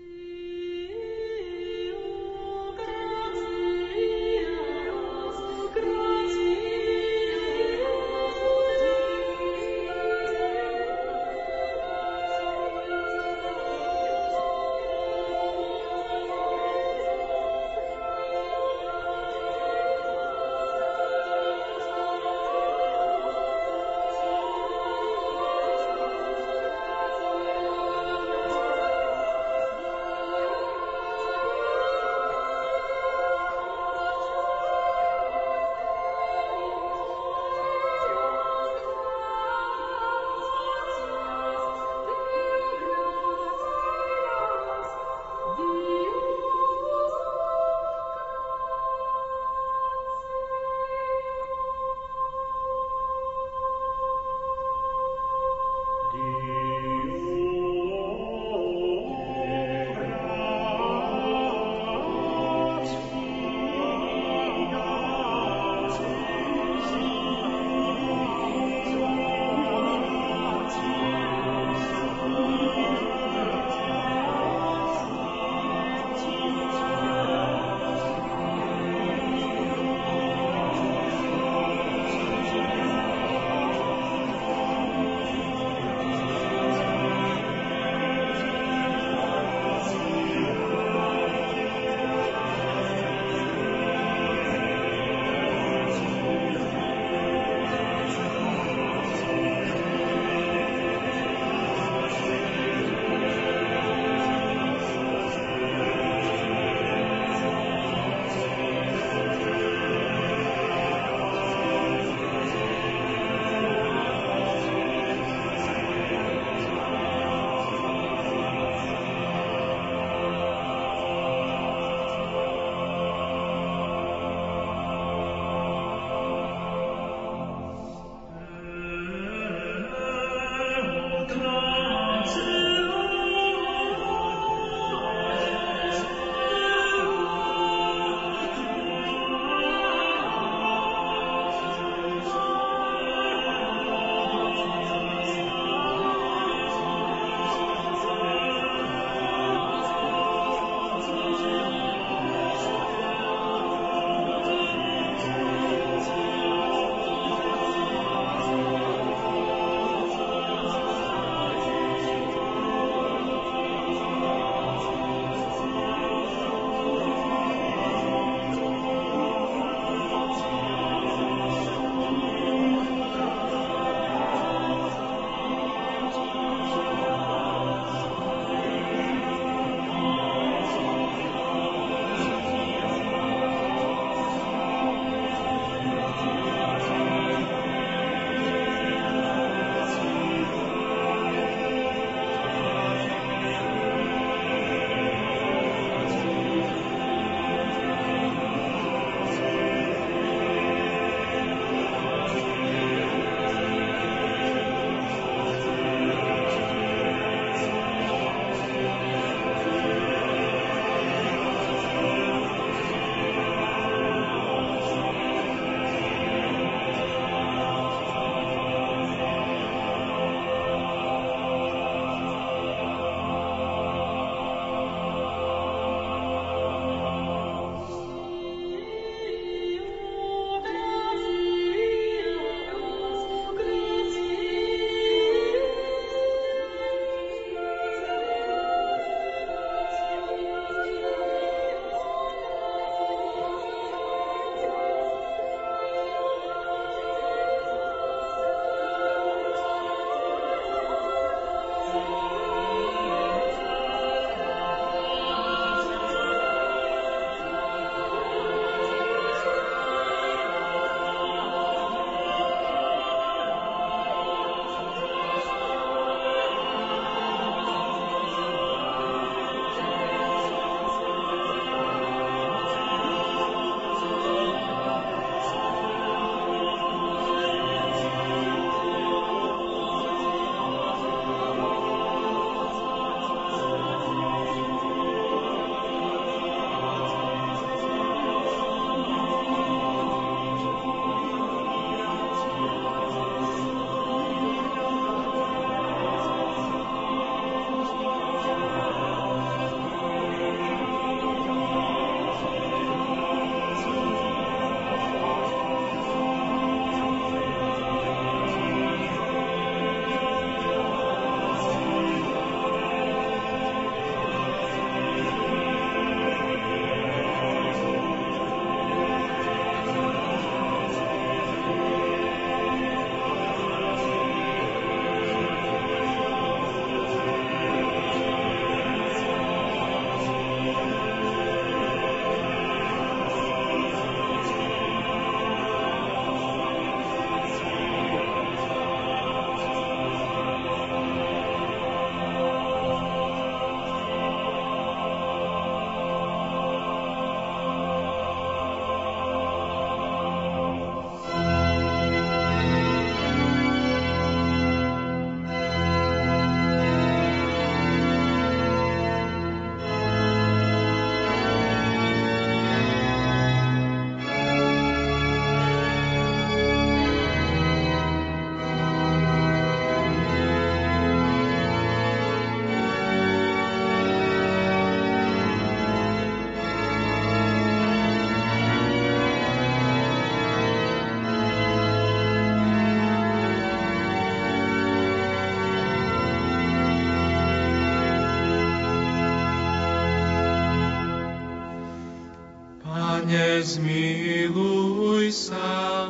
zmiluj sa.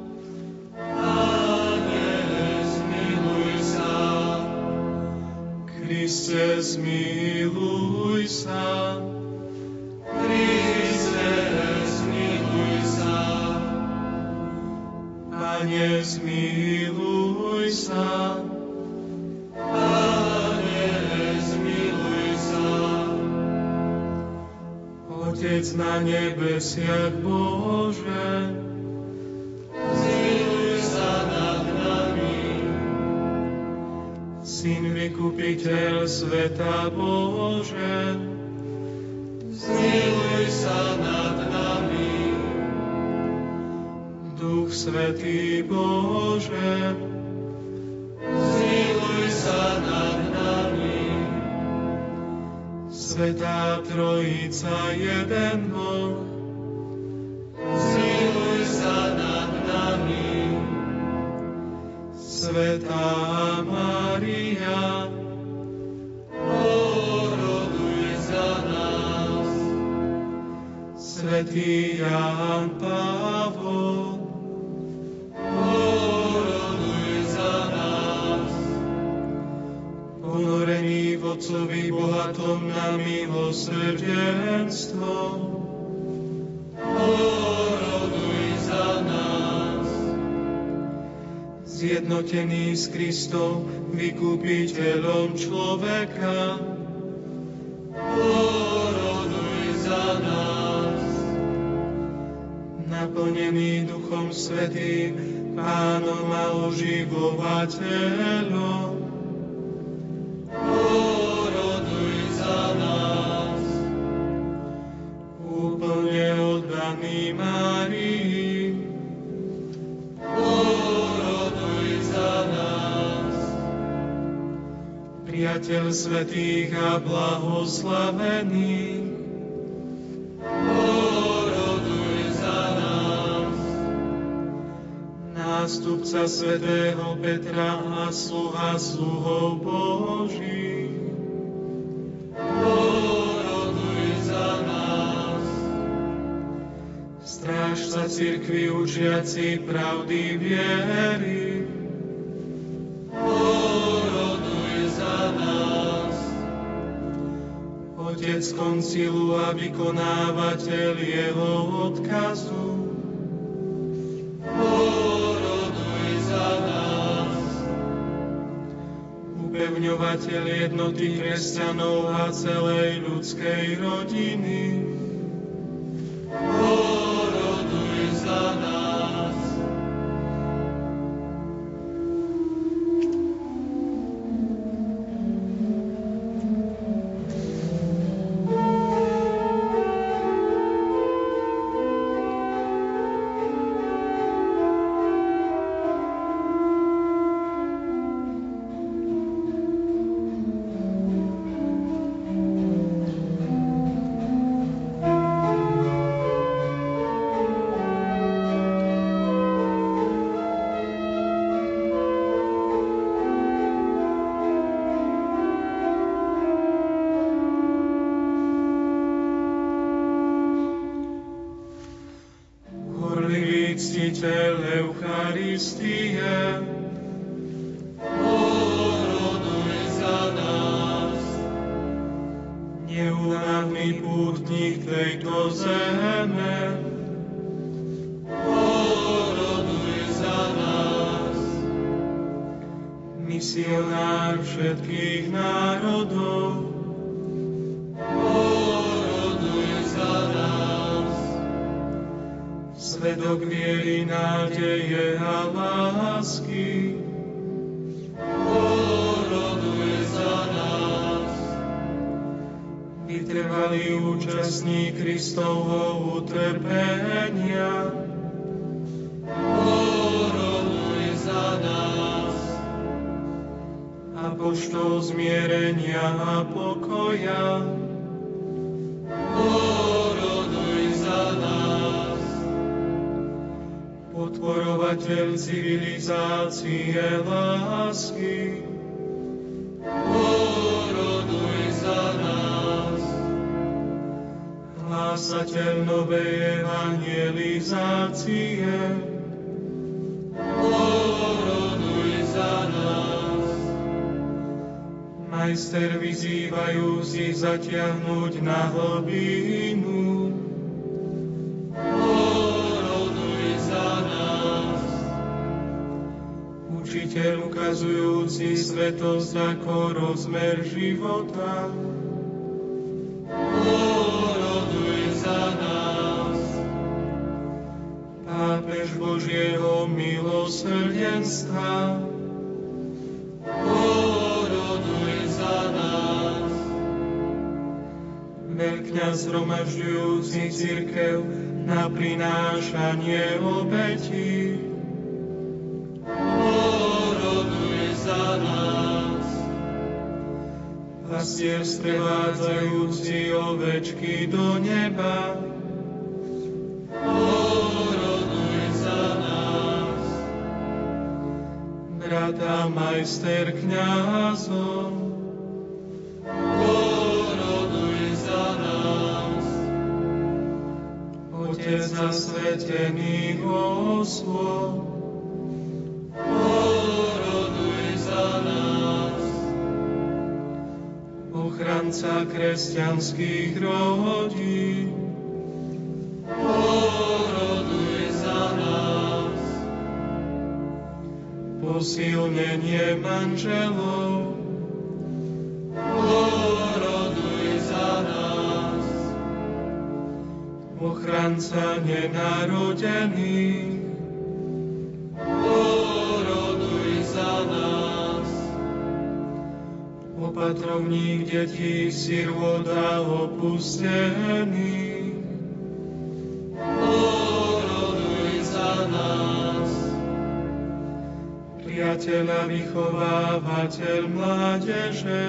Pane, zmiluj sa. Kriste, zmiluj sa. Kriste, zmiluj sa. Pane, zmiluj sa. Pane, zmiluj sa. Otec na nebesiach Bože, zmiluj sa nad nami. Syn vykupiteľ sveta Bože, zmiluj sa nad nami. Duch Svätý Bože, zmiluj sa nad nami. Svätá Trojica, jeden Boh, zmiluj sa nad nami. Svätá Mária, oroduj za nás. Svätý Ján Pavol, oroduj za nás. Ponorený v Otcovi bohatom na milosrdenstvo, oroduj za nás. Zjednotený s Kristom, vykupiteľom človeka, oroduj za nás. Naplnený Duchom Svätým, Pánom a oživovateľom, oroduj za nás. Úplne oddaný Márii, oroduj za nás. Priateľ svätých a blahoslavených, oroduj za nás. Nástupca svätého Petra a sluha sluhov Božích, oroduj za nás. Strážca cirkvi učiaci pravdy viery, oroduj za nás. Otec koncilu a vykonávateľ jeho odkazu, oroduj za nás. Upevňovateľ jednoty kresťanov a celej ľudskej rodiny, oroduj za nás. Ctiteľ Eucharistie, oroduj za nás. Neúnavný pútnik tejto zeme, oroduj za nás. Misionár všetkých národov, oroduj za nás. Svedok viery, nádeje a lásky, oroduj za nás. Vytrvalý účastník Kristovho utrpenia, oroduj za nás. Apoštol zmierenia a pokoja, oroduj za nás. Podporovateľ civilizácie lásky, oroduj za nás. hlásateľ novej evangelizácie, oroduj za nás. Majster vyzývajúci zatiahnuť na hlbinu, oroduj za nás. Učiteľ ukazujúci svetosť ako rozmer života, oroduj za nás. Pápež Božieho milosrdenstva, oroduj za nás. Veľkňaz zhromažďujúci cirkev na prinášanie obetí, oroduj za nás. Pastier sprevádzajúci ovečky do neba, oroduj za nás. Brata majster kňazov, oroduj za nás. Otec zasvetených osôb, oroduj za nás. Ochranca kresťanských rodín, oroduj za nás. Posilnenie manželov, oroduj za nás. Ochranca nenarodených, oroduj za nás. Opatrovník detí sirôt a opustených, oroduj za nás. Priateľ a vychovávateľ mládeže,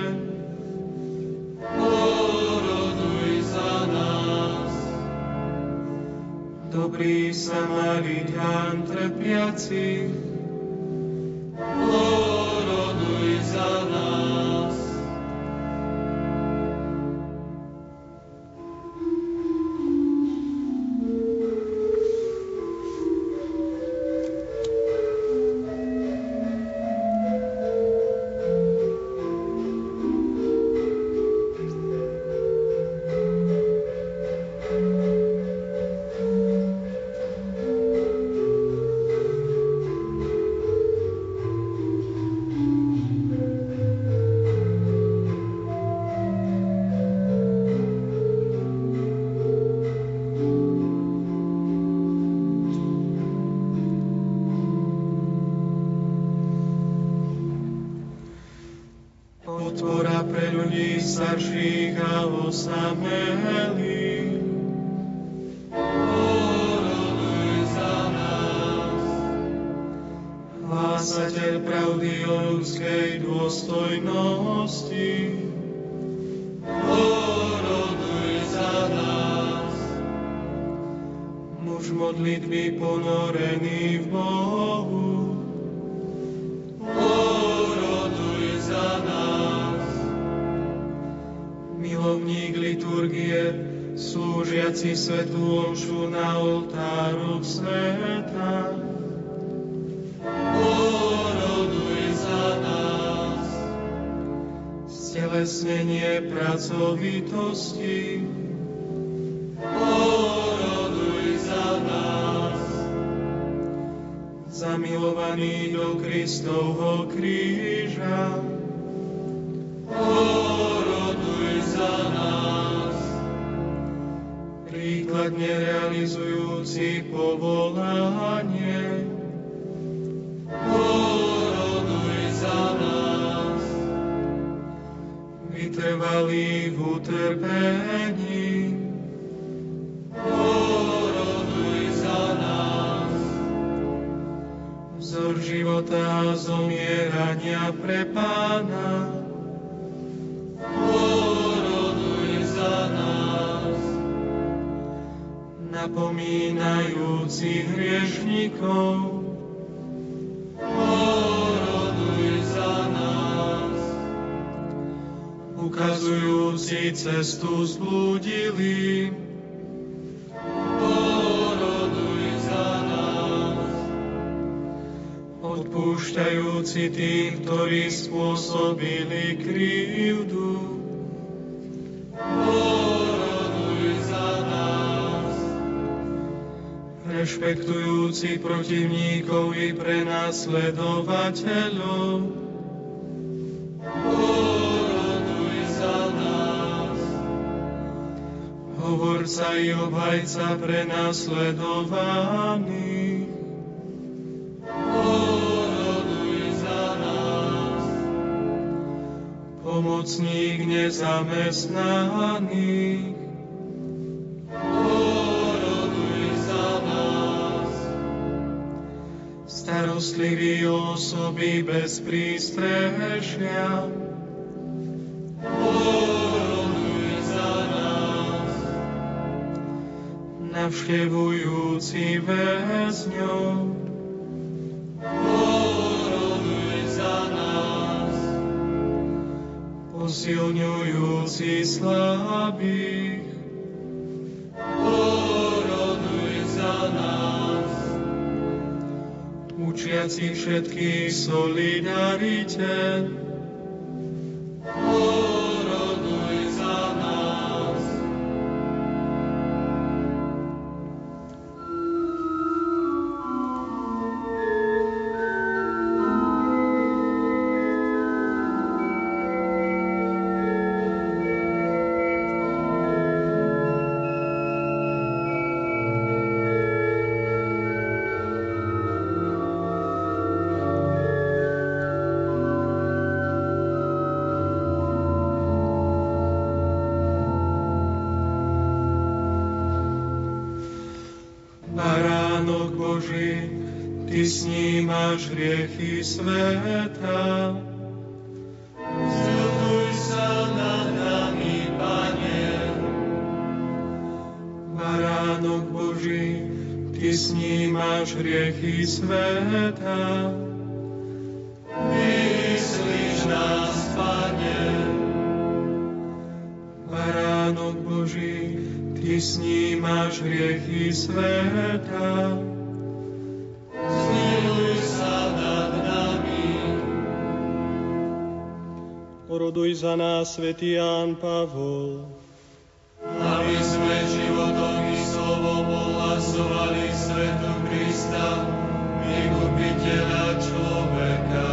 oroduj za nás. Dobrý Samaritán trpiaci, oroduj za nás. Podpora pre ľudí starších a osamelých, oroduj za nás. Hlásateľ pravdy o ľudskej dôstojnosti, oroduj za nás. Muž modlitby ponorený v Bohu, oroduj za nás. Milovník liturgie, slúžiaci svätú omšu na oltáru sveta, oroduj za nás. Stelesnenie pracovitosti, oroduj za nás. Zamilovaný do Kristovho kríža, oroduj za nás. Príkladne realizujúci povolanie, oroduj za nás. Vytrvalý v utrpení, oroduj za nás. Vzor života a zomierania pre Pána, oroduj za nás. Napomínajúci hriešnikov, oroduj za nás. Ukazujúci cestu zblúdilým, odpúšťajúci tým, ktorí spôsobili krivdu. Oroduj za nás. Rešpektujúci protivníkov i prenasledovateľov. Oroduj za nás. Hovorca i obhajca prenasledovaných. Oroduj za nás. Pomocník nezamestnaných. Oroduj za nás. Starostlivý o osoby bez prístrežia. Oroduj za nás. Navštevujúci väzňov. Oroduj za nás. Posilňujúci slabých. Oroduj za nás. Učiaci všetkých solidarite. Oroduj za nás. Baránok Boží, Ty snímaš hriechy sveta. Zľutuj sa nad nami, Pane. Baránok Boží, Ty snímaš hriechy sveta. Vyslíš nás, Pane. Baránok Boží, Ty snímaš hriechy sveta. Zmiluj sa nad nami. Oroduj za nás, svätý Ján Pavol. Aby sme životom i slovom ohlasovali svetu Krista, vykupiteľa človeka.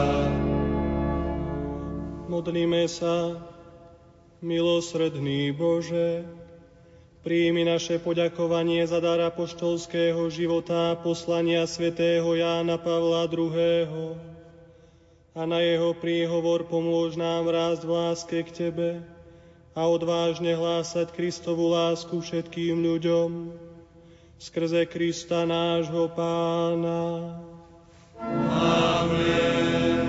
Modlíme sa, milosrdný Bože, príjmi naše poďakovanie za dar apoštolského života a poslania svätého Jána Pavla druhého. A na jeho príhovor pomôž nám rásť v láske k Tebe a odvážne hlásať Kristovu lásku všetkým ľuďom. Skrze Krista nášho Pána. Amen.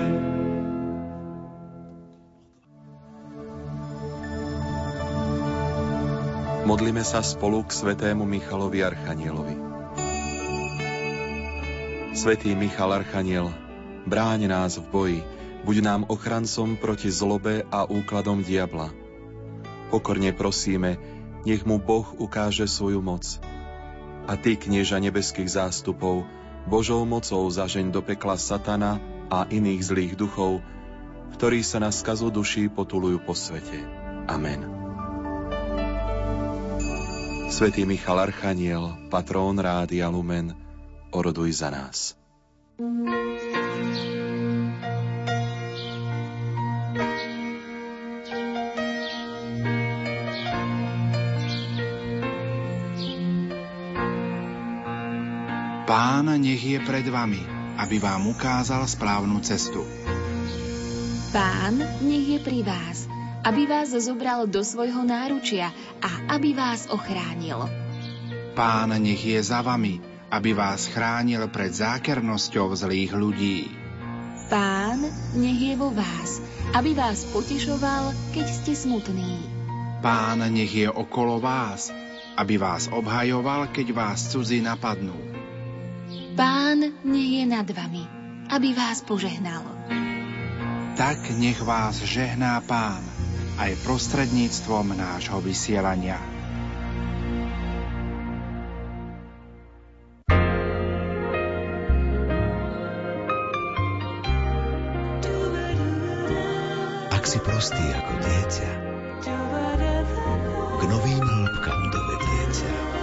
Modlíme sa spolu k svätému Michalovi Archanielovi. Svätý Michal Archaniel, bráň nás v boji, buď nám ochrancom proti zlobe a úkladom diabla. Pokorne prosíme, nech mu Boh ukáže svoju moc. A Ty, knieža nebeských zástupov, Božou mocou zažeň do pekla satana a iných zlých duchov, ktorí sa na skazu duší potulujú po svete. Amen. Svätý Michal Archaniel, patrón Rádia Lumen, oroduj za nás. Pán nech je pred vami, aby vám ukázal správnu cestu. Pán nech je pri vás, aby vás zobral do svojho náručia a aby vás ochránil. Pán nech je za vami, aby vás chránil pred zákernosťou zlých ľudí. Pán nech je vo vás, aby vás potešoval, keď ste smutní. Pán nech je okolo vás, aby vás obhajoval, keď vás cudzí napadnú. Pán nech je nad vami, aby vás požehnal. Tak nech vás žehná Pán aj prostredníctvom nášho vysielania. ak si prostý ako dieťa, k novým hĺbkam dovediete.